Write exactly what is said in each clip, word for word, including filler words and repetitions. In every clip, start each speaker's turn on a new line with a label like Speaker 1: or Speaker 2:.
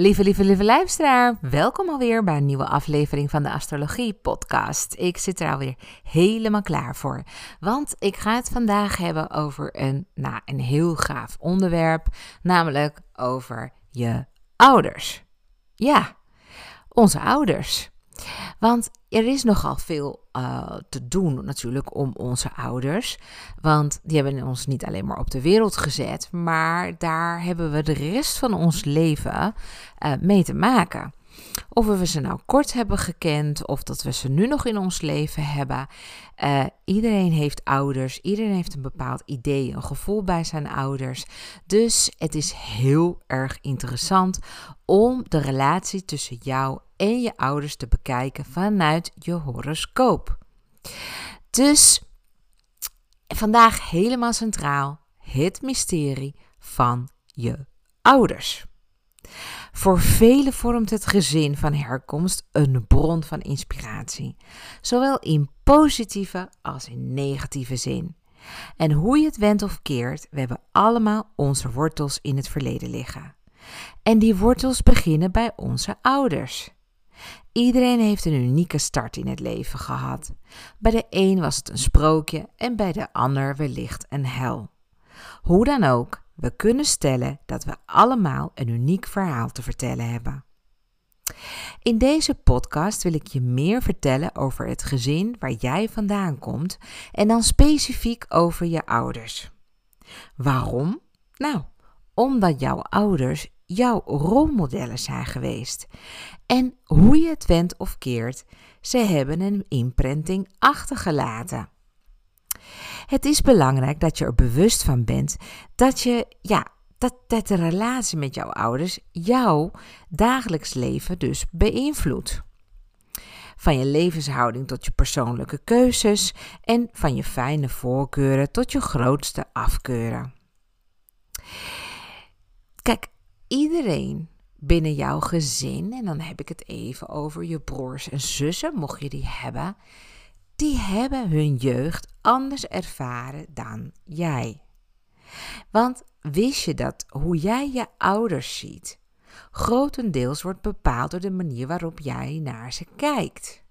Speaker 1: Lieve, lieve, lieve luisteraar, welkom alweer bij een nieuwe aflevering van de Astrologie Podcast. Ik zit er alweer helemaal klaar voor, want ik ga het vandaag hebben over een, nou, een heel gaaf onderwerp, namelijk over je ouders. Ja, onze ouders. Want er is nogal veel uh, te doen natuurlijk om onze ouders. Want die hebben ons niet alleen maar op de wereld gezet, maar daar hebben we de rest van ons leven uh, mee te maken. Of we ze nou kort hebben gekend, of dat we ze nu nog in ons leven hebben. Uh, iedereen heeft ouders, iedereen heeft een bepaald idee, een gevoel bij zijn ouders. Dus het is heel erg interessant om de relatie tussen jou en je ouders te bekijken vanuit je horoscoop. Dus vandaag helemaal centraal het mysterie van je ouders. Voor velen vormt het gezin van herkomst een bron van inspiratie, zowel in positieve als in negatieve zin. En hoe je het wendt of keert, we hebben allemaal onze wortels in het verleden liggen. En die wortels beginnen bij onze ouders. Iedereen heeft een unieke start in het leven gehad. Bij de een was het een sprookje en bij de ander wellicht een hel. Hoe dan ook, we kunnen stellen dat we allemaal een uniek verhaal te vertellen hebben. In deze podcast wil ik je meer vertellen over het gezin waar jij vandaan komt en dan specifiek over je ouders. Waarom? Nou, omdat jouw ouders jouw rolmodellen zijn geweest. En hoe je het wendt of keert, ze hebben een imprinting achtergelaten. Het is belangrijk dat je er bewust van bent dat je, ja, dat, dat de relatie met jouw ouders jouw dagelijks leven dus beïnvloedt. Van je levenshouding tot je persoonlijke keuzes en van je fijne voorkeuren tot je grootste afkeuren. Kijk, iedereen binnen jouw gezin, en dan heb ik het even over je broers en zussen, mocht je die hebben, die hebben hun jeugd anders ervaren dan jij. Want wist je dat hoe jij je ouders ziet, grotendeels wordt bepaald door de manier waarop jij naar ze kijkt.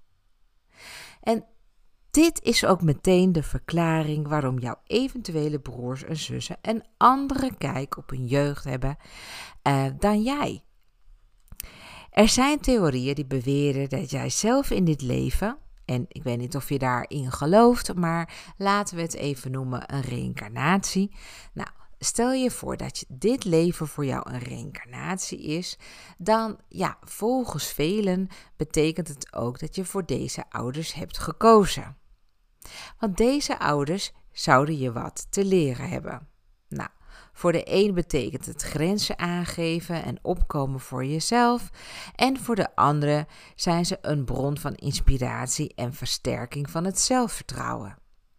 Speaker 1: En dit is ook meteen de verklaring waarom jouw eventuele broers en zussen een andere kijk op hun jeugd hebben uh, dan jij. Er zijn theorieën die beweren dat jij zelf in dit leven, en ik weet niet of je daarin gelooft, maar laten we het even noemen een reïncarnatie. Nou, stel je voor dat je dit leven voor jou een reïncarnatie is, dan ja, volgens velen betekent het ook dat je voor deze ouders hebt gekozen. Want deze ouders zouden je wat te leren hebben. Nou, voor de een betekent het grenzen aangeven en opkomen voor jezelf. En voor de andere zijn ze een bron van inspiratie en versterking van het zelfvertrouwen.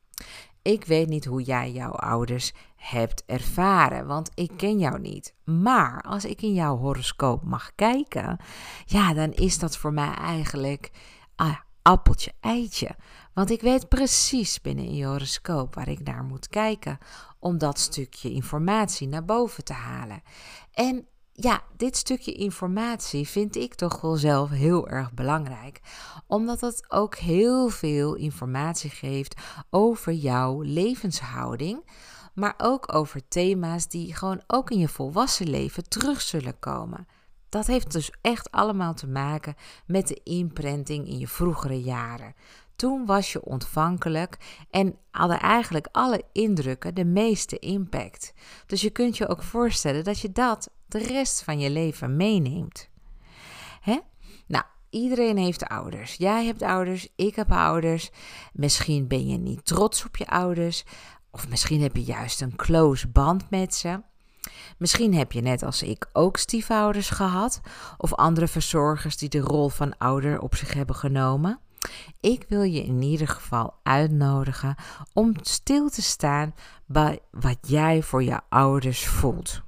Speaker 1: Ik weet niet hoe jij jouw ouders hebt ervaren, want ik ken jou niet. Maar als ik in jouw horoscoop mag kijken, ja, dan is dat voor mij eigenlijk ah, appeltje eitje. Want ik weet precies binnen in je horoscoop waar ik naar moet kijken om dat stukje informatie naar boven te halen. En ja, dit stukje informatie vind ik toch wel zelf heel erg belangrijk, omdat het ook heel veel informatie geeft over jouw levenshouding, maar ook over thema's die gewoon ook in je volwassen leven terug zullen komen. Dat heeft dus echt allemaal te maken met de imprinting in je vroegere jaren. Toen was je ontvankelijk en hadden eigenlijk alle indrukken de meeste impact. Dus je kunt je ook voorstellen dat je dat de rest van je leven meeneemt. Hè? Nou, iedereen heeft ouders. Jij hebt ouders, ik heb ouders. Misschien ben je niet trots op je ouders. Of misschien heb je juist een close band met ze. Misschien heb je net als ik ook stiefouders gehad. Of andere verzorgers die de rol van ouder op zich hebben genomen. Ik wil je in ieder geval uitnodigen om stil te staan bij wat jij voor je ouders voelt.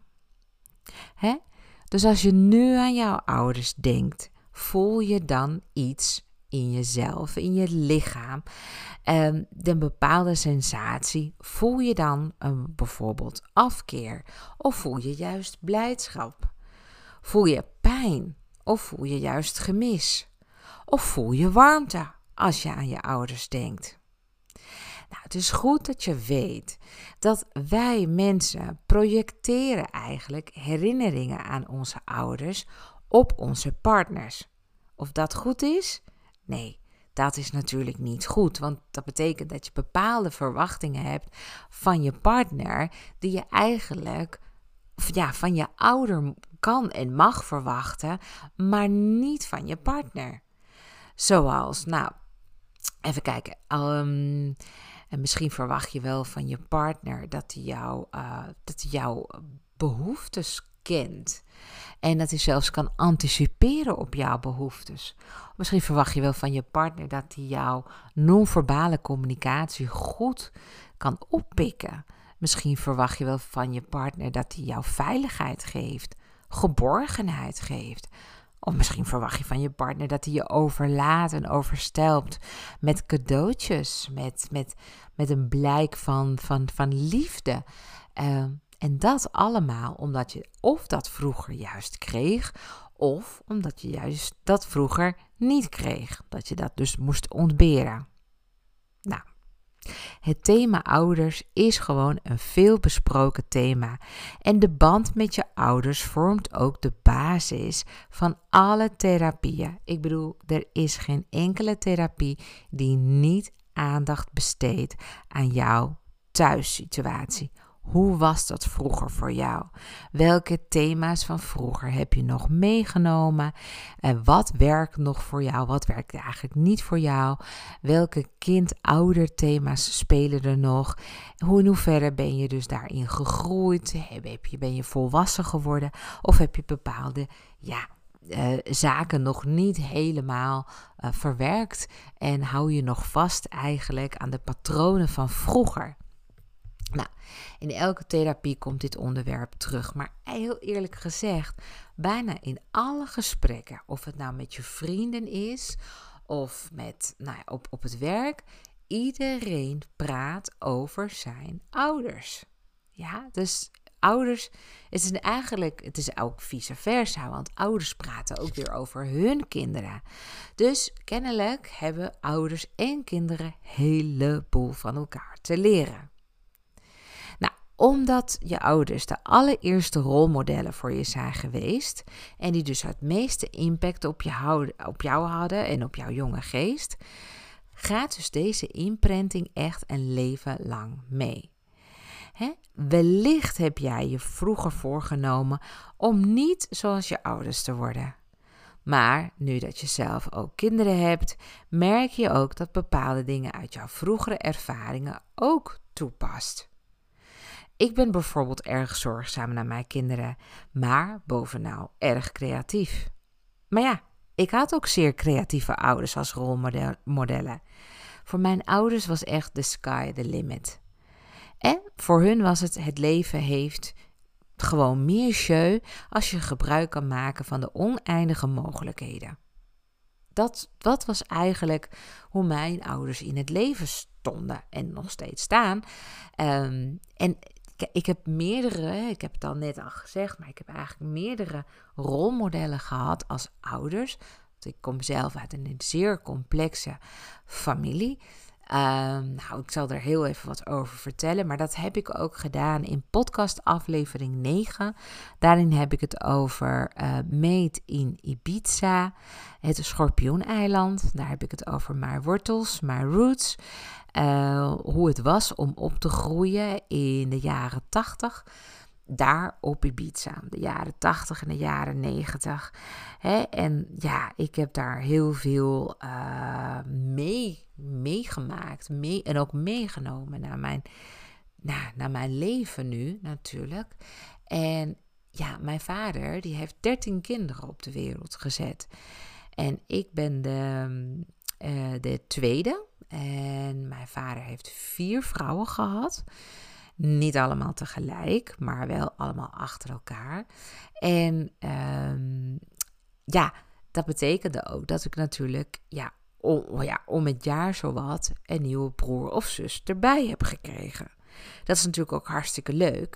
Speaker 1: Hè? Dus als je nu aan jouw ouders denkt, voel je dan iets in jezelf, in je lichaam, um, een bepaalde sensatie? Voel je dan een bijvoorbeeld afkeer of voel je juist blijdschap? Voel je pijn of voel je juist gemis? Of voel je warmte als je aan je ouders denkt? Nou, het is goed dat je weet dat wij mensen projecteren eigenlijk herinneringen aan onze ouders op onze partners. Of dat goed is? Nee, dat is natuurlijk niet goed, want dat betekent dat je bepaalde verwachtingen hebt van je partner die je eigenlijk ja, van je ouder kan en mag verwachten, maar niet van je partner. Zoals, nou, even kijken. Um, en misschien verwacht je wel van je partner dat hij jou, uh, dat hij jouw behoeftes kent. En dat hij zelfs kan anticiperen op jouw behoeftes. Misschien verwacht je wel van je partner dat hij jouw non-verbale communicatie goed kan oppikken. Misschien verwacht je wel van je partner dat hij jou veiligheid geeft, geborgenheid geeft. Of misschien verwacht je van je partner dat hij je overlaat en overstelpt met cadeautjes, met, met, met een blijk van, van, van liefde. Uh, en dat allemaal omdat je of dat vroeger juist kreeg, of omdat je juist dat vroeger niet kreeg. Dat je dat dus moest ontberen. Nou, het thema ouders is gewoon een veelbesproken thema. En de band met je ouders vormt ook de basis van alle therapieën. Ik bedoel, er is geen enkele therapie die niet aandacht besteedt aan jouw thuissituatie. Hoe was dat vroeger voor jou? Welke thema's van vroeger heb je nog meegenomen? En wat werkt nog voor jou? Wat werkt eigenlijk niet voor jou? Welke kind-ouder thema's spelen er nog? Hoe in hoeverre ben je dus daarin gegroeid? Heb je, ben je volwassen geworden? Of heb je bepaalde ja, uh, zaken nog niet helemaal uh, verwerkt? En hou je nog vast eigenlijk aan de patronen van vroeger? Nou, in elke therapie komt dit onderwerp terug, maar heel eerlijk gezegd, bijna in alle gesprekken, of het nou met je vrienden is of met, nou ja, op, op het werk, iedereen praat over zijn ouders. Ja, dus ouders, het is eigenlijk, het is ook vice versa, want ouders praten ook weer over hun kinderen. Dus kennelijk hebben ouders en kinderen een heleboel van elkaar te leren. Omdat je ouders de allereerste rolmodellen voor je zijn geweest en die dus het meeste impact op, je houden, op jou hadden en op jouw jonge geest, gaat dus deze imprinting echt een leven lang mee. Hè? Wellicht heb jij je vroeger voorgenomen om niet zoals je ouders te worden. Maar nu dat je zelf ook kinderen hebt, merk je ook dat bepaalde dingen uit jouw vroegere ervaringen ook toepast. Ik ben bijvoorbeeld erg zorgzaam naar mijn kinderen, maar bovenal erg creatief. Maar ja, ik had ook zeer creatieve ouders als rolmodellen. Voor mijn ouders was echt the sky the limit. En voor hun was het, het leven heeft gewoon meer jeu als je gebruik kan maken van de oneindige mogelijkheden. Dat, dat was eigenlijk hoe mijn ouders in het leven stonden en nog steeds staan. Um, en ik heb meerdere, ik heb het al net al gezegd, maar ik heb eigenlijk meerdere rolmodellen gehad als ouders. Want ik kom zelf uit een zeer complexe familie. Um, nou, ik zal er heel even wat over vertellen, maar dat heb ik ook gedaan in podcast aflevering negen. Daarin heb ik het over uh, Made in Ibiza, het Schorpioeneiland. Daar heb ik het over mijn wortels, mijn roots. Uh, hoe het was om op te groeien in de jaren tachtig. Daar op Ibiza, de jaren tachtig en de jaren negentig. Hè? En ja, ik heb daar heel veel uh, mee, meegemaakt mee, en ook meegenomen naar mijn, nou, naar mijn leven nu natuurlijk. En ja, mijn vader die heeft dertien kinderen op de wereld gezet. En ik ben de, uh, de tweede. En mijn vader heeft vier vrouwen gehad. Niet allemaal tegelijk, maar wel allemaal achter elkaar. En um, ja, dat betekende ook dat ik natuurlijk ja, om, ja, om het jaar zowat een nieuwe broer of zus erbij heb gekregen. Dat is natuurlijk ook hartstikke leuk.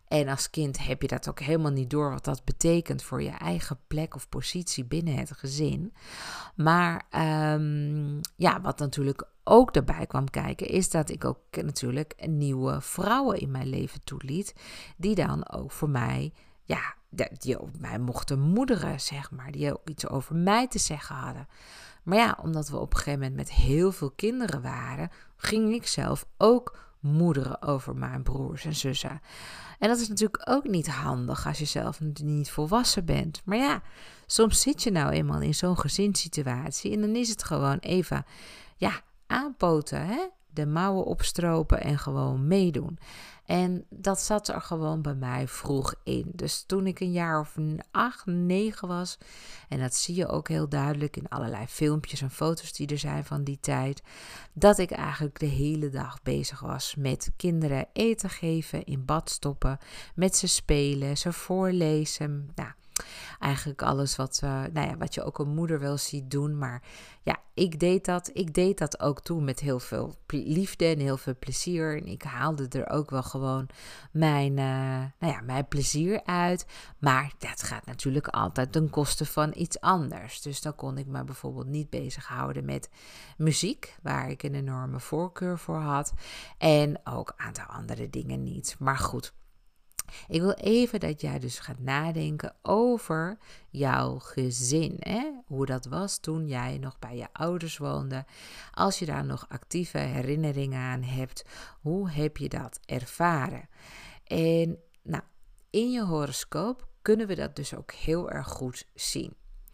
Speaker 1: En als kind heb je dat ook helemaal niet door wat dat betekent voor je eigen plek of positie binnen het gezin. Maar um, ja, wat natuurlijk ook daarbij kwam kijken, is dat ik ook natuurlijk nieuwe vrouwen in mijn leven toeliet, die dan ook voor mij, ja, die ook mij mochten moederen, zeg maar, die ook iets over mij te zeggen hadden. Maar ja, omdat we op een gegeven moment met heel veel kinderen waren, ging ik zelf ook moederen over mijn broers en zussen. En dat is natuurlijk ook niet handig als je zelf niet volwassen bent. Maar ja, soms zit je nou eenmaal in zo'n gezinssituatie en dan is het gewoon even, ja, aanpoten, hè? De mouwen opstropen en gewoon meedoen. En dat zat er gewoon bij mij vroeg in. Dus toen ik een jaar of acht, negen was, en dat zie je ook heel duidelijk in allerlei filmpjes en foto's die er zijn van die tijd, dat ik eigenlijk de hele dag bezig was met kinderen eten geven, in bad stoppen, met ze spelen, ze voorlezen. Nou, eigenlijk alles wat, uh, nou ja, wat je ook een moeder wel ziet doen. Maar ja, ik deed dat. Ik deed dat ook toen met heel veel liefde en heel veel plezier. En ik haalde er ook wel gewoon mijn, uh, nou ja, mijn plezier uit. Maar dat gaat natuurlijk altijd ten koste van iets anders. Dus dan kon ik me bijvoorbeeld niet bezighouden met muziek, waar ik een enorme voorkeur voor had. En ook een aantal andere dingen niet. Maar goed. Ik wil even dat jij dus gaat nadenken over jouw gezin. Hè? Hoe dat was toen jij nog bij je ouders woonde. Als je daar nog actieve herinneringen aan hebt, hoe heb je dat ervaren? En nou, in je horoscoop kunnen we dat dus ook heel erg goed zien.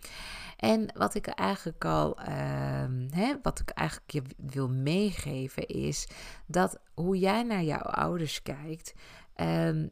Speaker 1: En wat ik eigenlijk al, uh, hè, wat ik eigenlijk je wil meegeven is dat hoe jij naar jouw ouders kijkt, Um,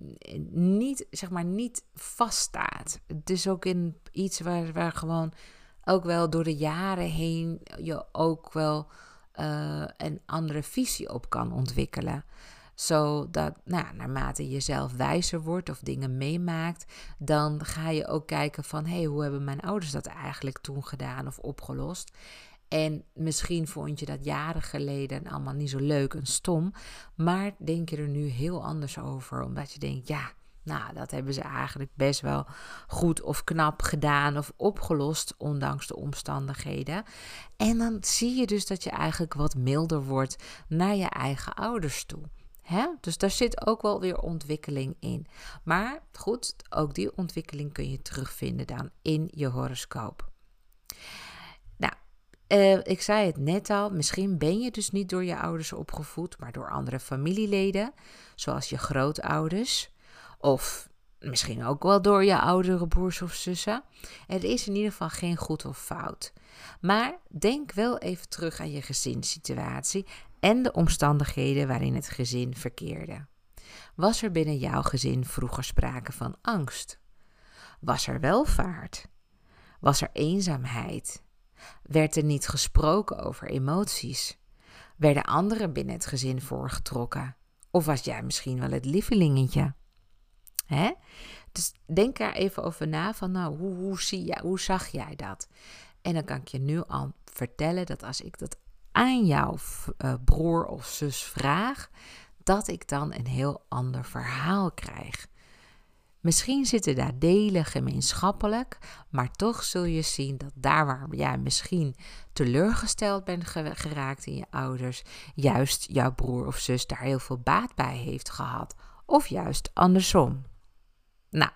Speaker 1: niet, zeg maar, niet vaststaat. Het is ook in iets waar, waar gewoon ook wel door de jaren heen je ook wel uh, een andere visie op kan ontwikkelen. Zodat, nou, naarmate je zelf wijzer wordt of dingen meemaakt, dan ga je ook kijken van, hé, hey, hoe hebben mijn ouders dat eigenlijk toen gedaan of opgelost? En misschien vond je dat jaren geleden allemaal niet zo leuk en stom, maar denk je er nu heel anders over, omdat je denkt, ja, nou, dat hebben ze eigenlijk best wel goed of knap gedaan of opgelost, ondanks de omstandigheden. En dan zie je dus dat je eigenlijk wat milder wordt naar je eigen ouders toe. Hè? Dus daar zit ook wel weer ontwikkeling in. Maar goed, ook die ontwikkeling kun je terugvinden dan in je horoscoop. Nou, uh, ik zei het net al, misschien ben je dus niet door je ouders opgevoed, maar door andere familieleden, zoals je grootouders, of misschien ook wel door je oudere broers of zussen. Er is in ieder geval geen goed of fout. Maar denk wel even terug aan je gezinssituatie en de omstandigheden waarin het gezin verkeerde. Was er binnen jouw gezin vroeger sprake van angst? Was er welvaart? Was er eenzaamheid? Werd er niet gesproken over emoties? Werden anderen binnen het gezin voorgetrokken? Of was jij misschien wel het lievelingetje? Hè? Dus denk daar even over na van, nou, hoe, hoe, zie jij, hoe zag jij dat? En dan kan ik je nu al vertellen dat als ik dat aan jouw uh, broer of zus vraag, dat ik dan een heel ander verhaal krijg. Misschien zitten daar delen gemeenschappelijk, maar toch zul je zien dat daar waar jij misschien teleurgesteld bent geraakt in je ouders, juist jouw broer of zus daar heel veel baat bij heeft gehad. Of juist andersom. Nou,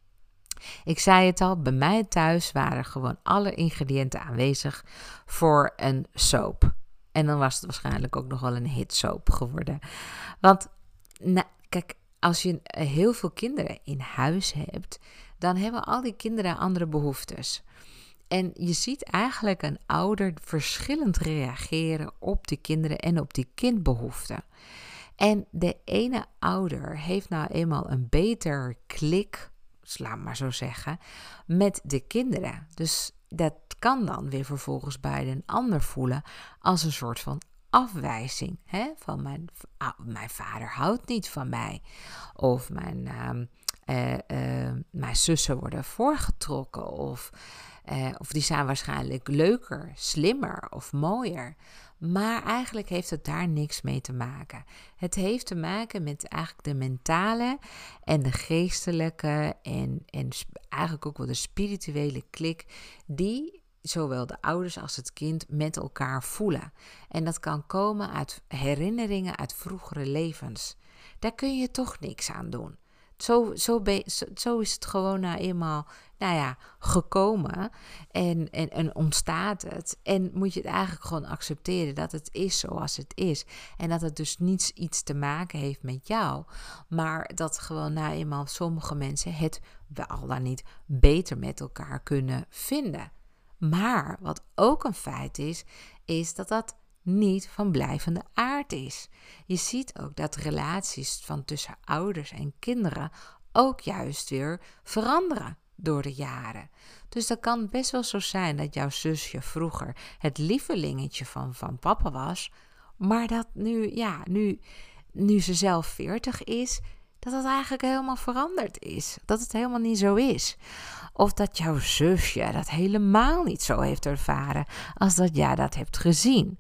Speaker 1: ik zei het al, bij mij thuis waren gewoon alle ingrediënten aanwezig voor een soap. En dan was het waarschijnlijk ook nog wel een hitsoap geworden. Want, nou, kijk, als je heel veel kinderen in huis hebt, dan hebben al die kinderen andere behoeftes. En je ziet eigenlijk een ouder verschillend reageren op die kinderen en op die kindbehoeften. En de ene ouder heeft nou eenmaal een beter klik, laat maar zo zeggen, met de kinderen. Dus dat kan dan weer vervolgens bij een ander voelen als een soort van afwijzing. Hè? Van mijn, oh, mijn vader houdt niet van mij. Of mijn, uh, uh, uh, mijn zussen worden voorgetrokken of, uh, of die zijn waarschijnlijk leuker, slimmer of mooier. Maar eigenlijk heeft het daar niks mee te maken. Het heeft te maken met eigenlijk de mentale en de geestelijke en, en eigenlijk ook wel de spirituele klik die zowel de ouders als het kind met elkaar voelen. En dat kan komen uit herinneringen uit vroegere levens. Daar kun je toch niks aan doen. Zo, zo, be, zo, zo is het gewoon nou eenmaal nou ja, gekomen en, en, en ontstaat het. En moet je het eigenlijk gewoon accepteren dat het is zoals het is. En dat het dus niets iets te maken heeft met jou. Maar dat gewoon nou eenmaal sommige mensen het wel dan niet beter met elkaar kunnen vinden. Maar wat ook een feit is, is dat dat niet van blijvende aard is. Je ziet ook dat relaties van tussen ouders en kinderen ook juist weer veranderen door de jaren. Dus dat kan best wel zo zijn dat jouw zusje vroeger het lievelingetje van, van papa was, maar dat nu, ja, nu, nu ze zelf veertig is, dat het eigenlijk helemaal veranderd is. Dat het helemaal niet zo is. Of dat jouw zusje dat helemaal niet zo heeft ervaren als dat jij dat hebt gezien.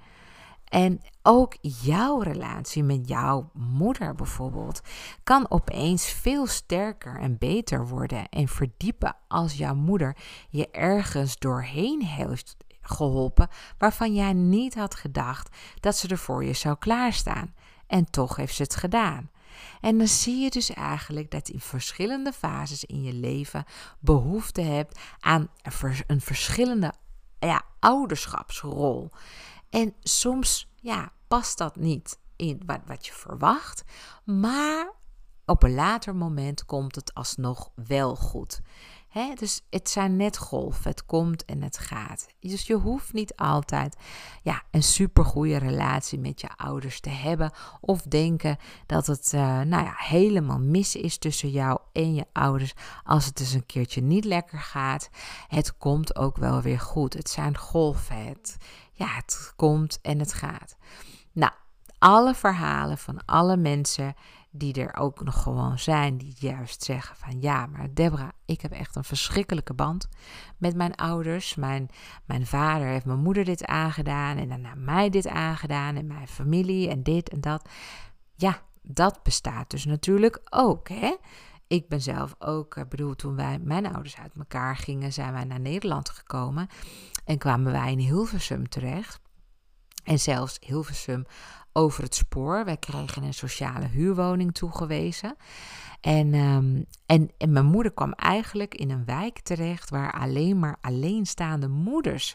Speaker 1: En ook jouw relatie met jouw moeder bijvoorbeeld kan opeens veel sterker en beter worden en verdiepen als jouw moeder je ergens doorheen heeft geholpen waarvan jij niet had gedacht dat ze er voor je zou klaarstaan. En toch heeft ze het gedaan. En dan zie je dus eigenlijk dat je in verschillende fases in je leven behoefte hebt aan een verschillende ja, ouderschapsrol. En soms ja, past dat niet in wat, wat je verwacht, maar op een later moment komt het alsnog wel goed. He, dus het zijn net golven, het komt en het gaat. Dus je hoeft niet altijd ja, een supergoeie relatie met je ouders te hebben of denken dat het uh, nou ja, helemaal mis is tussen jou en je ouders als het dus een keertje niet lekker gaat. Het komt ook wel weer goed. Het zijn golven. Het, ja, het komt en het gaat. Nou, alle verhalen van alle mensen die er ook nog gewoon zijn, die juist zeggen van ja, maar Deborah, ik heb echt een verschrikkelijke band met mijn ouders. Mijn, mijn vader heeft mijn moeder dit aangedaan en daarna mij dit aangedaan en mijn familie en dit en dat. Ja, dat bestaat dus natuurlijk ook, hè. Ik ben zelf ook, ik bedoel, toen wij, mijn ouders uit elkaar gingen, zijn wij naar Nederland gekomen en kwamen wij in Hilversum terecht. En zelfs Hilversum over het spoor. Wij kregen een sociale huurwoning toegewezen. En, um, en, en mijn moeder kwam eigenlijk in een wijk terecht waar alleen maar alleenstaande moeders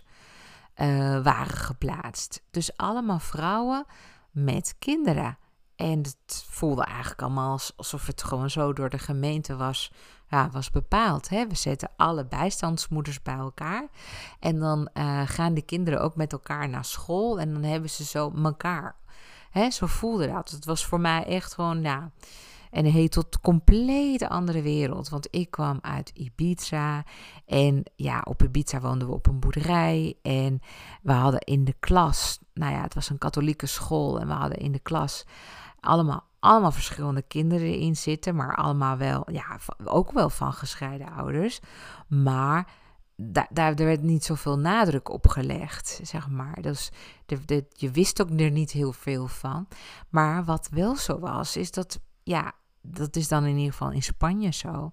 Speaker 1: uh, waren geplaatst. Dus allemaal vrouwen met kinderen. En het voelde eigenlijk allemaal alsof het gewoon zo door de gemeente was, ja, was bepaald. Hè? We zetten alle bijstandsmoeders bij elkaar. En dan uh, gaan de kinderen ook met elkaar naar school. En dan hebben ze zo elkaar. Hè? Zo voelde dat. Het was voor mij echt gewoon, ja, een hele tot compleet andere wereld. Want ik kwam uit Ibiza. En ja, op Ibiza woonden we op een boerderij. En we hadden in de klas, nou ja, het was een katholieke school. En we hadden in de klas allemaal, allemaal verschillende kinderen in zitten. Maar allemaal wel, ja, ook wel van gescheiden ouders. Maar daar, daar werd niet zoveel nadruk op gelegd, zeg maar. Dus de, de, je wist ook er niet heel veel van. Maar wat wel zo was, is dat, ja, dat is dan in ieder geval in Spanje zo.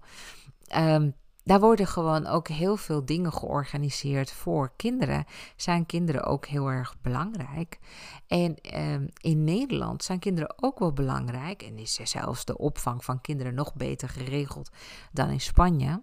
Speaker 1: Um, daar worden gewoon ook heel veel dingen georganiseerd voor kinderen. Zijn kinderen ook heel erg belangrijk. En um, in Nederland zijn kinderen ook wel belangrijk. En is zelfs de opvang van kinderen nog beter geregeld dan in Spanje.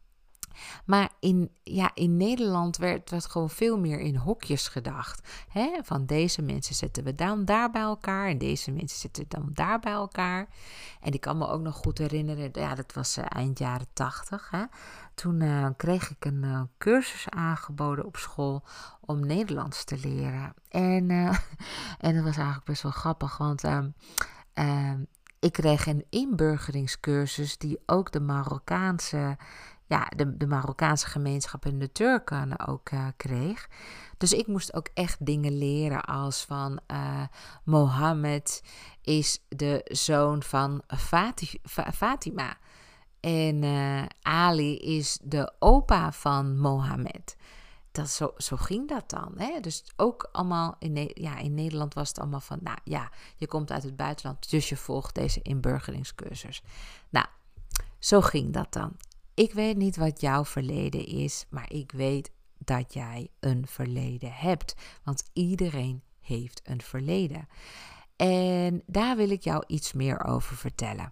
Speaker 1: Maar in, ja, in Nederland werd, werd gewoon veel meer in hokjes gedacht. Hè? Van deze mensen zetten we dan daar bij elkaar en deze mensen zitten dan daar bij elkaar. En ik kan me ook nog goed herinneren, ja, dat was uh, eind jaren tachtig. Hè? Toen uh, kreeg ik een uh, cursus aangeboden op school om Nederlands te leren. En, uh, en dat was eigenlijk best wel grappig, want Uh, uh, ik kreeg een inburgeringscursus die ook de Marokkaanse Ja, de, de Marokkaanse gemeenschap en de Turken ook uh, kreeg. Dus ik moest ook echt dingen leren als van uh, Mohammed is de zoon van Fati, Fatima. En uh, Ali is de opa van Mohammed. Dat, zo, zo ging dat dan. Hè? Dus ook allemaal, in, ne- ja, in Nederland was het allemaal van, nou ja, je komt uit het buitenland, dus je volgt deze inburgeringscursus. Nou, zo ging dat dan. Ik weet niet wat jouw verleden is, maar ik weet dat jij een verleden hebt. Want iedereen heeft een verleden. En daar wil ik jou iets meer over vertellen.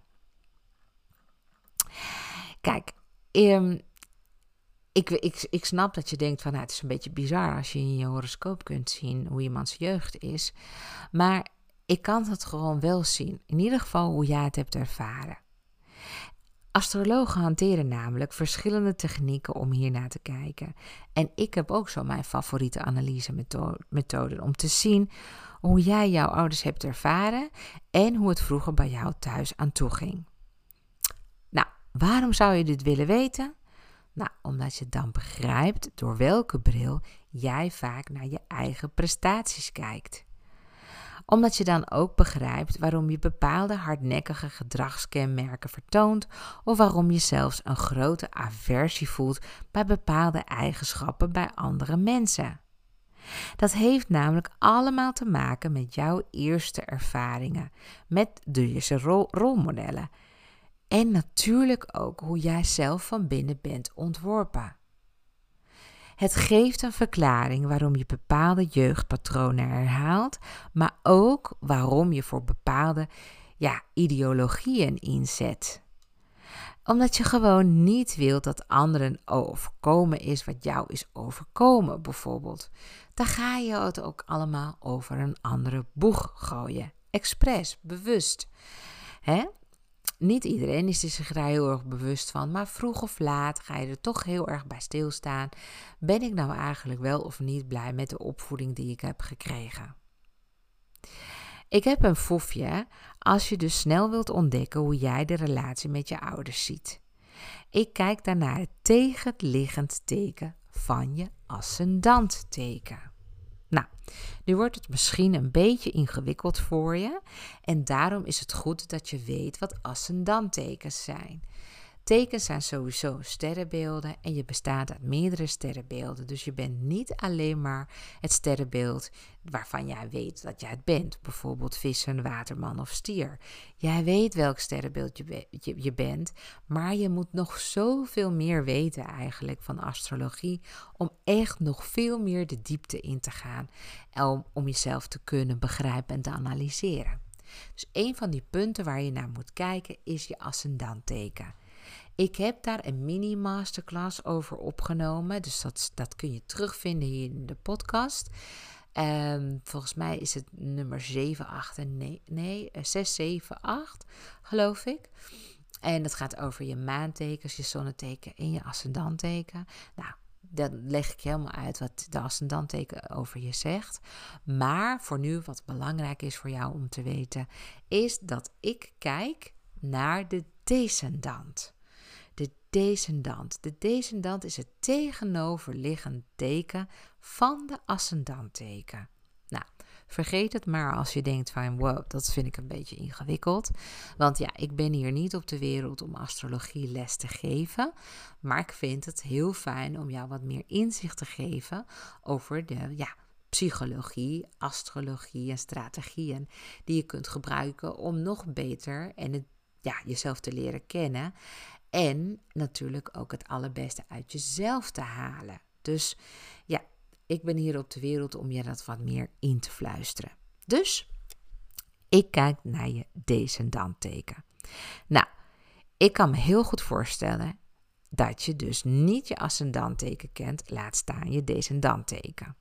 Speaker 1: Kijk, um, ik, ik, ik snap dat je denkt van, nou, het is een beetje bizar als je in je horoscoop kunt zien hoe iemands jeugd is. Maar ik kan het gewoon wel zien. In ieder geval hoe jij het hebt ervaren. Astrologen hanteren namelijk verschillende technieken om hiernaar te kijken. En ik heb ook zo mijn favoriete analysemethoden om te zien hoe jij jouw ouders hebt ervaren en hoe het vroeger bij jou thuis aan toe ging. Nou, waarom zou je dit willen weten? Nou, omdat je dan begrijpt door welke bril jij vaak naar je eigen prestaties kijkt. Omdat je dan ook begrijpt waarom je bepaalde hardnekkige gedragskenmerken vertoont of waarom je zelfs een grote aversie voelt bij bepaalde eigenschappen bij andere mensen. Dat heeft namelijk allemaal te maken met jouw eerste ervaringen, met deze rol- rolmodellen. En natuurlijk ook hoe jij zelf van binnen bent ontworpen. Het geeft een verklaring waarom je bepaalde jeugdpatronen herhaalt, maar ook waarom je voor bepaalde ja, ideologieën inzet. Omdat je gewoon niet wilt dat anderen overkomen is wat jou is overkomen bijvoorbeeld. Dan ga je het ook allemaal over een andere boeg gooien. Expres, bewust. Hè? Niet iedereen is er zich daar heel erg bewust van, maar vroeg of laat ga je er toch heel erg bij stilstaan. Ben ik nou eigenlijk wel of niet blij met de opvoeding die ik heb gekregen? Ik heb een foefje als je dus snel wilt ontdekken hoe jij de relatie met je ouders ziet. Ik kijk daarnaar het tegenliggend teken van je ascendantteken. Nou, nu wordt het misschien een beetje ingewikkeld voor je en daarom is het goed dat je weet wat ascendanttekens zijn. Tekens zijn sowieso sterrenbeelden en je bestaat uit meerdere sterrenbeelden. Dus je bent niet alleen maar het sterrenbeeld waarvan jij weet dat jij het bent. Bijvoorbeeld vissen, waterman of stier. Jij weet welk sterrenbeeld je, be- je, je bent, maar je moet nog zoveel meer weten eigenlijk van astrologie om echt nog veel meer de diepte in te gaan. Om, om jezelf te kunnen begrijpen en te analyseren. Dus een van die punten waar je naar moet kijken is je ascendantteken. Ik heb daar een mini-masterclass over opgenomen, dus dat, dat kun je terugvinden hier in de podcast. Um, volgens mij is het nummer zeven acht en nee, nee, zes zeven acht, geloof ik. En dat gaat over je maantekens, je zonneteken en je ascendantteken. Nou, dan leg ik helemaal uit wat de ascendantteken over je zegt. Maar voor nu, wat belangrijk is voor jou om te weten, is dat ik kijk naar de descendant. De descendant. De descendant is het tegenoverliggend teken van de ascendantteken. Nou, vergeet het maar als je denkt van wow, dat vind ik een beetje ingewikkeld. Want ja, ik ben hier niet op de wereld om astrologie les te geven. Maar ik vind het heel fijn om jou wat meer inzicht te geven over de ja, psychologie, astrologie en strategieën die je kunt gebruiken om nog beter en het, ja, jezelf te leren kennen. En natuurlijk ook het allerbeste uit jezelf te halen. Dus ja, ik ben hier op de wereld om je dat wat meer in te fluisteren. Dus ik kijk naar je descendantteken. Nou, ik kan me heel goed voorstellen dat je dus niet je ascendantteken kent, laat staan je descendantteken.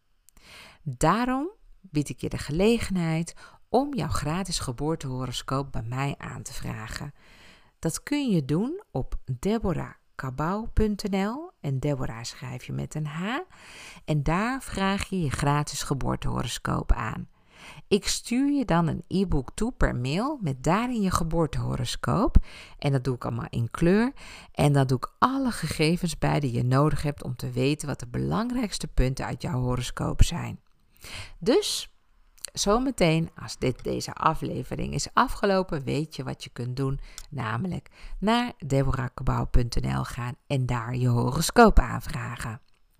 Speaker 1: Daarom bied ik je de gelegenheid om jouw gratis geboortehoroscoop bij mij aan te vragen. Dat kun je doen op deborah cabau punt n l en Deborah schrijf je met een H. En daar vraag je je gratis geboortehoroscoop aan. Ik stuur je dan een e-book toe per mail met daarin je geboortehoroscoop. En dat doe ik allemaal in kleur. En dan doe ik alle gegevens bij die je nodig hebt om te weten wat de belangrijkste punten uit jouw horoscoop zijn. Dus zometeen, als dit, deze aflevering is afgelopen, weet je wat je kunt doen. Namelijk naar deborah cabau punt n l gaan en daar je horoscoop aanvragen.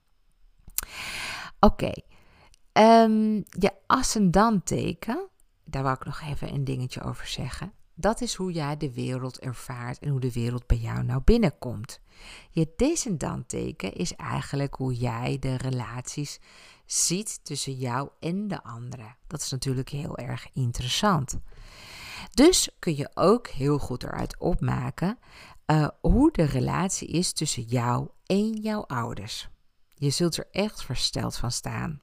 Speaker 1: Oké, okay. um, je ascendanteken, daar wou ik nog even een dingetje over zeggen. Dat is hoe jij de wereld ervaart en hoe de wereld bij jou nou binnenkomt. Je descendanteken is eigenlijk hoe jij de relaties ziet tussen jou en de anderen. Dat is natuurlijk heel erg interessant. Dus kun je ook heel goed eruit opmaken uh, hoe de relatie is tussen jou en jouw ouders. Je zult er echt versteld van staan.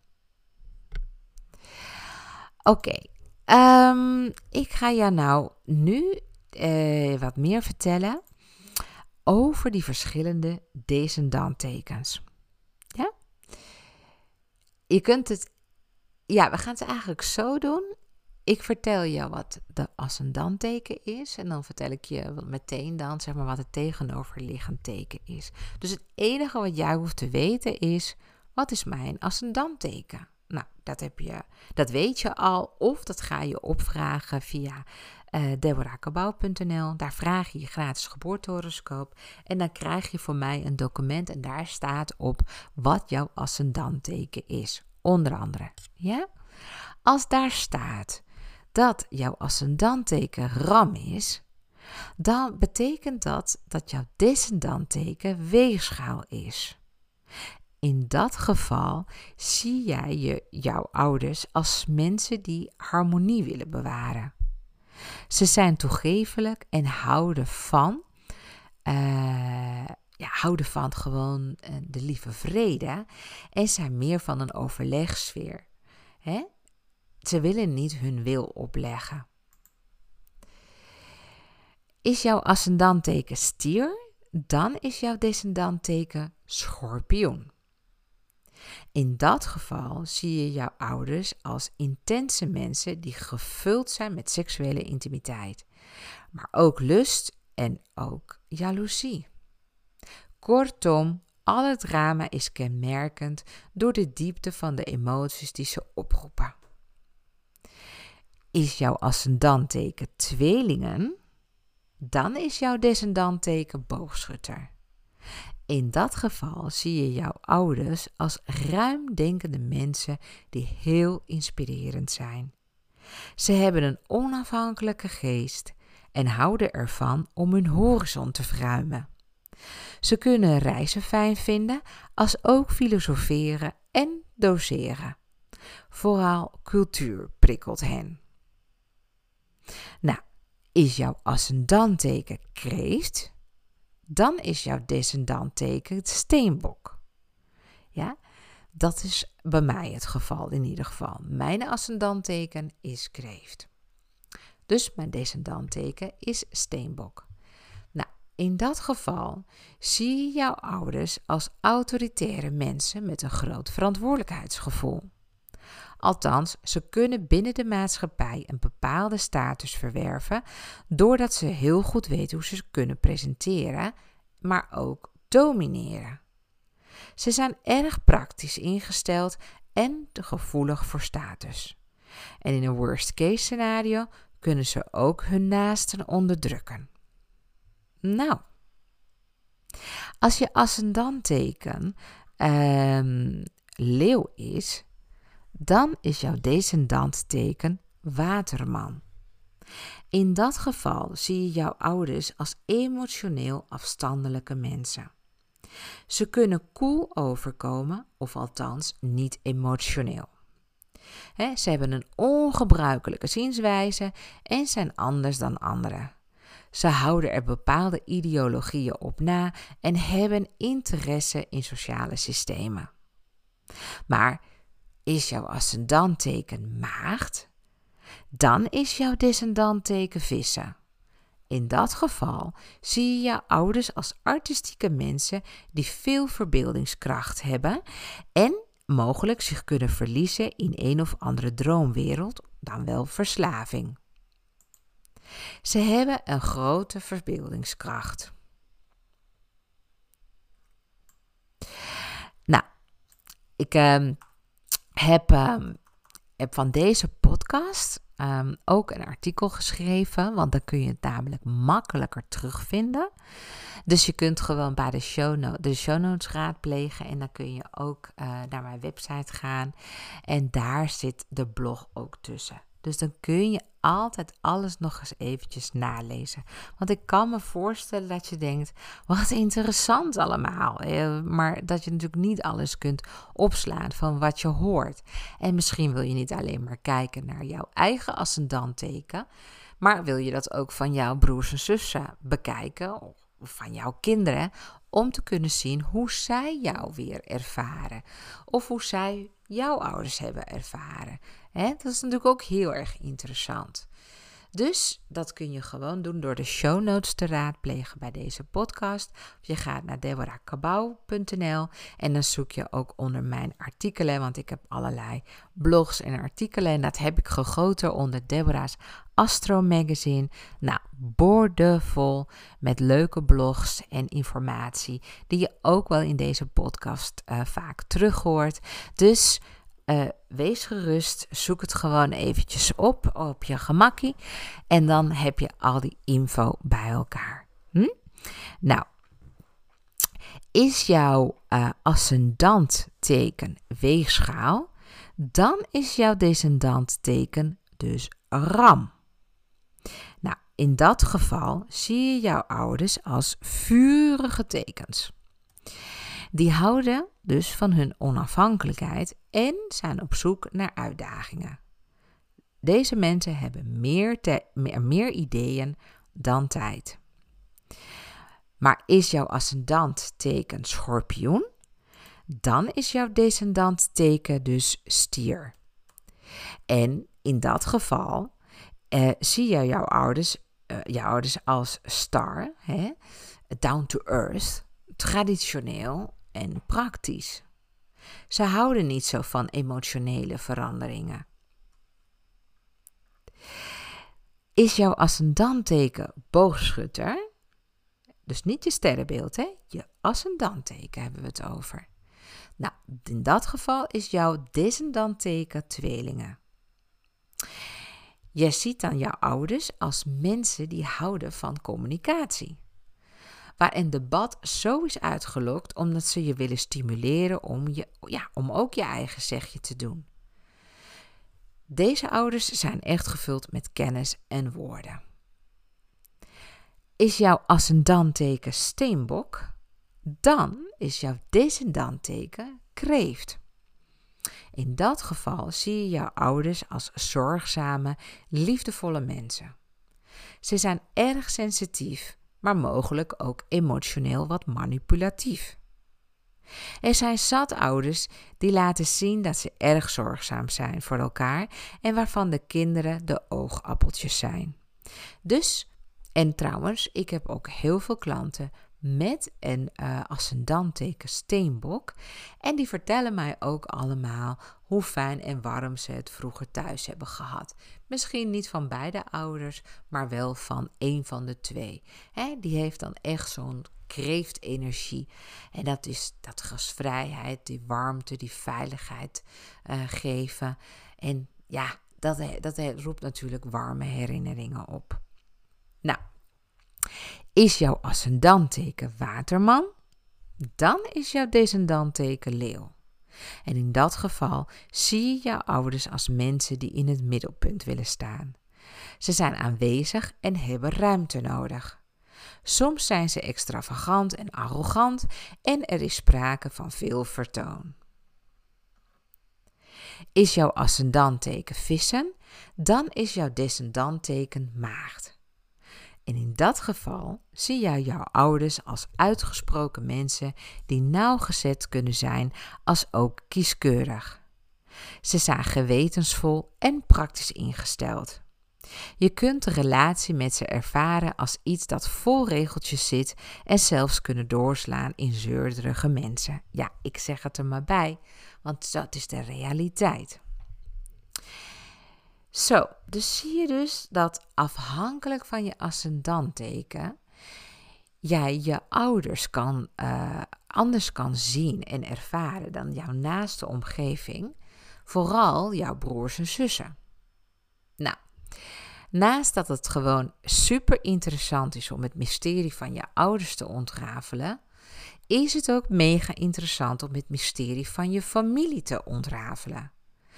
Speaker 1: Oké. Okay. Um, ik ga jou nou nu uh, wat meer vertellen over die verschillende descendanttekens. Ja? Je kunt het... Ja, we gaan het eigenlijk zo doen. Ik vertel je wat de ascendanteken is en dan vertel ik je meteen dan zeg maar wat het tegenoverliggend teken is. Dus het enige wat jij hoeft te weten is, wat is mijn ascendanteken? Nou, dat, heb je, dat weet je al of dat ga je opvragen via uh, deborah cabau punt n l. Daar vraag je je gratis geboortehoroscoop en dan krijg je van mij een document en daar staat op wat jouw ascendanteken is. Onder andere, ja? Als daar staat dat jouw ascendanteken Ram is, dan betekent dat dat jouw descendanteken Weegschaal is. In dat geval zie jij je, jouw ouders als mensen die harmonie willen bewaren. Ze zijn toegeeflijk en houden van, uh, ja, houden van gewoon uh, de lieve vrede en zijn meer van een overlegsfeer. Hè? Ze willen niet hun wil opleggen. Is jouw ascendanteken Stier, dan is jouw descendanteken Schorpioen. In dat geval zie je jouw ouders als intense mensen die gevuld zijn met seksuele intimiteit, maar ook lust en ook jaloezie. Kortom, al het drama is kenmerkend door de diepte van de emoties die ze oproepen. Is jouw ascendanteken Tweelingen, dan is jouw descendanteken Boogschutter. In dat geval zie je jouw ouders als ruimdenkende mensen die heel inspirerend zijn. Ze hebben een onafhankelijke geest en houden ervan om hun horizon te verruimen. Ze kunnen reizen fijn vinden, als ook filosoferen en doseren. Vooral cultuur prikkelt hen. Nou, is jouw ascendanteken Kreeft, dan is jouw descendanteken Steenbok. Ja, dat is bij mij het geval in ieder geval. Mijn ascendanteken is Kreeft. Dus mijn descendanteken is Steenbok. Nou, in dat geval zie je jouw ouders als autoritaire mensen met een groot verantwoordelijkheidsgevoel. Althans, ze kunnen binnen de maatschappij een bepaalde status verwerven doordat ze heel goed weten hoe ze ze kunnen presenteren, maar ook domineren. Ze zijn erg praktisch ingesteld en gevoelig voor status. En in een worst case scenario kunnen ze ook hun naasten onderdrukken. Nou, als je ascendanteken um, leeuw is, dan is jouw descendanteken Waterman. In dat geval zie je jouw ouders als emotioneel afstandelijke mensen. Ze kunnen koel overkomen, of althans niet emotioneel. He, ze hebben een ongebruikelijke zienswijze en zijn anders dan anderen. Ze houden er bepaalde ideologieën op na en hebben interesse in sociale systemen. Maar is jouw ascendanteken Maagd, dan is jouw descendanteken Vissen. In dat geval zie je jouw ouders als artistieke mensen die veel verbeeldingskracht hebben en mogelijk zich kunnen verliezen in een of andere droomwereld, dan wel verslaving. Ze hebben een grote verbeeldingskracht. Nou, ik uh, heb uh, heb van deze podcast um, ook een artikel geschreven, want dan kun je het namelijk makkelijker terugvinden. Dus je kunt gewoon bij de show, no- de show notes raadplegen en dan kun je ook uh, naar mijn website gaan. En daar zit de blog ook tussen. Dus dan kun je altijd alles nog eens eventjes nalezen. Want ik kan me voorstellen dat je denkt, wat interessant allemaal. Maar dat je natuurlijk niet alles kunt opslaan van wat je hoort. En misschien wil je niet alleen maar kijken naar jouw eigen ascendanteken, maar wil je dat ook van jouw broers en zussen bekijken, of van jouw kinderen, om te kunnen zien hoe zij jou weer ervaren. Of hoe zij jouw ouders hebben ervaren. He, dat is natuurlijk ook heel erg interessant. Dus dat kun je gewoon doen door de show notes te raadplegen bij deze podcast. Of je gaat naar deborah cabau punt n l en dan zoek je ook onder mijn artikelen, want ik heb allerlei blogs en artikelen en dat heb ik gegoten onder Deborah's Astro Magazine. Nou, boordevol met leuke blogs en informatie die je ook wel in deze podcast uh, vaak terug hoort. Dus Uh, wees gerust, zoek het gewoon eventjes op, op je gemakkie. En dan heb je al die info bij elkaar. Hm? Nou, is jouw uh, ascendantteken weegschaal, dan is jouw descendantteken dus ram. Nou, in dat geval zie je jouw ouders als vurige tekens. Die houden dus van hun onafhankelijkheid en zijn op zoek naar uitdagingen. Deze mensen hebben meer, te- meer, meer ideeën dan tijd. Maar is jouw ascendantteken schorpioen, dan is jouw descendantteken dus stier. En in dat geval eh, zie je jouw ouders, uh, jouw ouders als star, hè? Down to earth, traditioneel en praktisch. Ze houden niet zo van emotionele veranderingen. Is jouw ascendantteken boogschutter, dus niet je sterrenbeeld, hè? Je ascendantteken hebben we het over. Nou, in dat geval is jouw descendantteken tweelingen. Je ziet dan jouw ouders als mensen die houden van communicatie. Waar een debat zo is uitgelokt omdat ze je willen stimuleren om, je, ja, om ook je eigen zegje te doen. Deze ouders zijn echt gevuld met kennis en woorden. Is jouw ascendantteken steenbok, dan is jouw descendantteken kreeft. In dat geval zie je jouw ouders als zorgzame, liefdevolle mensen. Ze zijn erg sensitief, maar mogelijk ook emotioneel wat manipulatief. Er zijn zat ouders die laten zien dat ze erg zorgzaam zijn voor elkaar en waarvan de kinderen de oogappeltjes zijn. Dus, en trouwens, ik heb ook heel veel klanten met een uh, ascendantteken steenbok en die vertellen mij ook allemaal hoe fijn en warm ze het vroeger thuis hebben gehad. Misschien niet van beide ouders, maar wel van één van de twee. He, die heeft dan echt zo'n kreeftenergie. En dat is dat gastvrijheid, die warmte, die veiligheid uh, geven. En ja, dat, dat roept natuurlijk warme herinneringen op. Nou, is jouw ascendantteken waterman, dan is jouw descendantteken leeuw. En in dat geval zie je jouw ouders als mensen die in het middelpunt willen staan. Ze zijn aanwezig en hebben ruimte nodig. Soms zijn ze extravagant en arrogant en er is sprake van veel vertoon. Is jouw ascendantteken vissen, dan is jouw descendantteken maagd. En in dat geval zie jij jouw ouders als uitgesproken mensen die nauwgezet kunnen zijn als ook kieskeurig. Ze zijn gewetensvol en praktisch ingesteld. Je kunt de relatie met ze ervaren als iets dat vol regeltjes zit en zelfs kunnen doorslaan in zeurderige mensen. Ja, ik zeg het er maar bij, want dat is de realiteit. Zo, dus zie je dus dat afhankelijk van je ascendantteken jij je ouders kan, uh, anders kan zien en ervaren dan jouw naaste omgeving. Vooral jouw broers en zussen. Nou, naast dat het gewoon super interessant is om het mysterie van je ouders te ontrafelen, is het ook mega interessant om het mysterie van je familie te ontrafelen.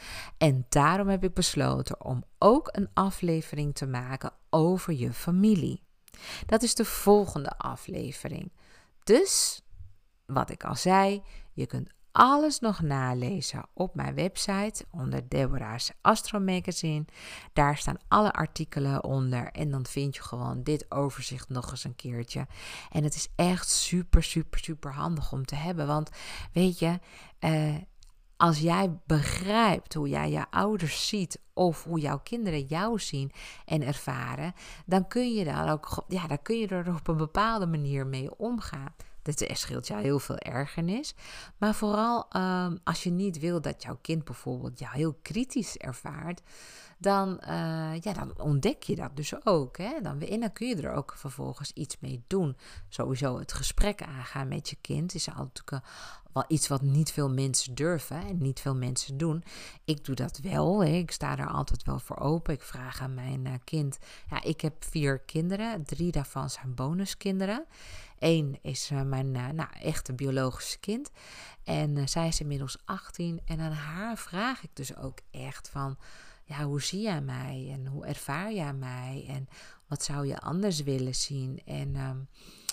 Speaker 1: En daarom heb ik besloten om ook een aflevering te maken over je familie. Dat is de volgende aflevering. Dus, wat ik al zei, je kunt alles nog nalezen op mijn website onder Deborah's Astro Magazine. Daar staan alle artikelen onder en dan vind je gewoon dit overzicht nog eens een keertje. En het is echt super, super, super handig om te hebben. Want weet je, uh, als jij begrijpt hoe jij je ouders ziet of hoe jouw kinderen jou zien en ervaren, dan kun je daar ook, ja, dan kun je er op een bepaalde manier mee omgaan. Dat scheelt jou heel veel ergernis. Maar vooral um, als je niet wil dat jouw kind bijvoorbeeld jou heel kritisch ervaart, dan, uh, ja, dan ontdek je dat dus ook. Hè? Dan, en dan kun je er ook vervolgens iets mee doen. Sowieso het gesprek aangaan met je kind is altijd uh, wel iets wat niet veel mensen durven en niet veel mensen doen. Ik doe dat wel. Hè? Ik sta er altijd wel voor open. Ik vraag aan mijn uh, kind. Ja, ik heb vier kinderen. Drie daarvan zijn bonuskinderen. Eén is uh, mijn uh, nou, echte biologische kind. En uh, zij is inmiddels achttien. En aan haar vraag ik dus ook echt van, ja, hoe zie jij mij? En hoe ervaar jij mij? En wat zou je anders willen zien? En, um,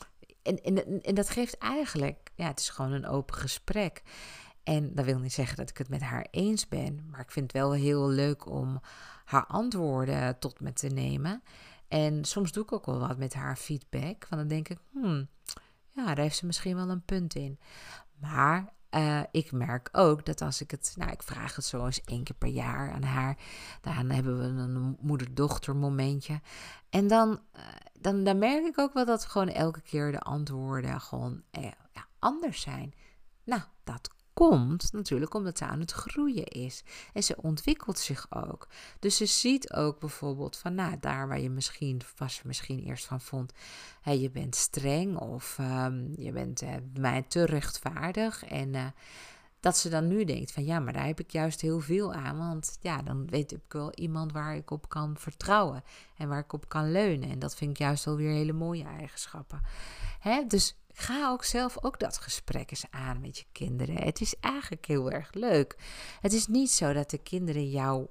Speaker 1: en, en, en dat geeft eigenlijk, ja, het is gewoon een open gesprek. En dat wil niet zeggen dat ik het met haar eens ben. Maar ik vind het wel heel leuk om haar antwoorden tot me te nemen. En soms doe ik ook wel wat met haar feedback. Want dan denk ik, hmm, ja, daar heeft ze misschien wel een punt in. Maar uh, ik merk ook dat als ik het, nou, ik vraag het zo eens één keer per jaar aan haar. Dan hebben we een moeder-dochter momentje. En dan, uh, dan, dan merk ik ook wel dat gewoon elke keer de antwoorden gewoon uh, ja, anders zijn. Nou, dat komt natuurlijk omdat ze aan het groeien is. En ze ontwikkelt zich ook. Dus ze ziet ook bijvoorbeeld van, nou, daar waar je misschien, was je misschien eerst van vond, hé, je bent streng of um, je bent uh, bij mij te rechtvaardig. En uh, dat ze dan nu denkt van, ja, maar daar heb ik juist heel veel aan. Want ja, dan weet ik wel iemand waar ik op kan vertrouwen en waar ik op kan leunen. En dat vind ik juist alweer hele mooie eigenschappen. Hè? Dus ga ook zelf ook dat gesprek eens aan met je kinderen. Het is eigenlijk heel erg leuk. Het is niet zo dat de kinderen jou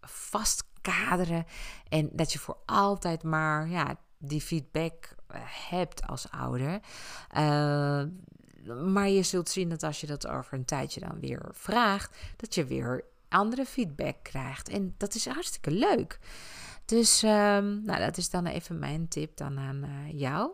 Speaker 1: vastkaderen en dat je voor altijd maar ja, die feedback hebt als ouder. Uh, maar je zult zien dat als je dat over een tijdje dan weer vraagt, dat je weer andere feedback krijgt. En dat is hartstikke leuk. Dus um, nou, dat is dan even mijn tip dan aan uh, jou.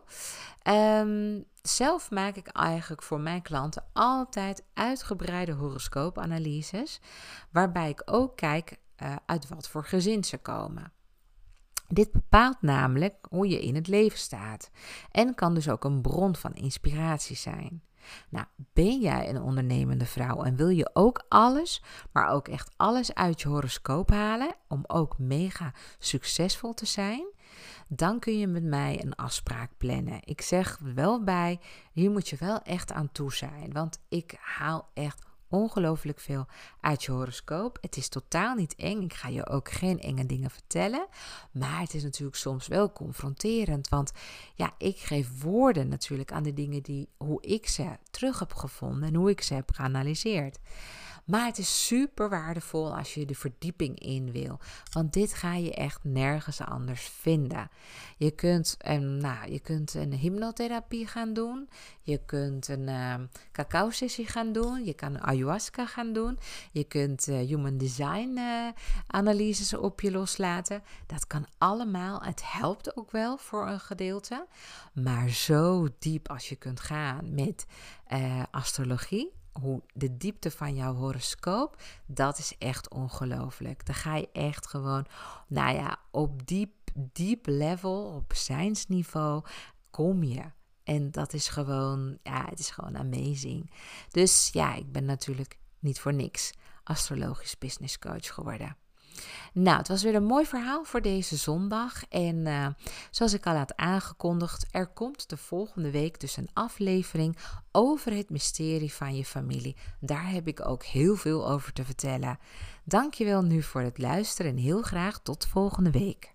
Speaker 1: Um, zelf maak ik eigenlijk voor mijn klanten altijd uitgebreide horoscoopanalyses, waarbij ik ook kijk uh, uit wat voor gezin ze komen. Dit bepaalt namelijk hoe je in het leven staat en kan dus ook een bron van inspiratie zijn. Nou, ben jij een ondernemende vrouw en wil je ook alles, maar ook echt alles uit je horoscoop halen om ook mega succesvol te zijn, dan kun je met mij een afspraak plannen. Ik zeg wel bij, hier moet je wel echt aan toe zijn, want ik haal echt ongelooflijk veel uit je horoscoop. Het is totaal niet eng. Ik ga je ook geen enge dingen vertellen. Maar het is natuurlijk soms wel confronterend. Want ja, ik geef woorden natuurlijk aan de dingen die, hoe ik ze terug heb gevonden en hoe ik ze heb geanalyseerd. Maar het is super waardevol als je de verdieping in wil. Want dit ga je echt nergens anders vinden. Je kunt een, nou, je kunt een hypnotherapie gaan doen. Je kunt een uh, cacao-sessie gaan doen. Je kan ayahuasca gaan doen. Je kunt uh, human design uh, analyses op je loslaten. Dat kan allemaal. Het helpt ook wel voor een gedeelte. Maar zo diep als je kunt gaan met uh, astrologie, hoe de diepte van jouw horoscoop, dat is echt ongelooflijk. Dan ga je echt gewoon, nou ja, op diep, diep level, op zijnsniveau, kom je. En dat is gewoon, ja, het is gewoon amazing. Dus ja, ik ben natuurlijk niet voor niks astrologisch business coach geworden. Nou, het was weer een mooi verhaal voor deze zondag. En uh, zoals ik al had aangekondigd, er komt de volgende week dus een aflevering over het mysterie van je familie. Daar heb ik ook heel veel over te vertellen. Dankjewel nu voor het luisteren en heel graag tot volgende week.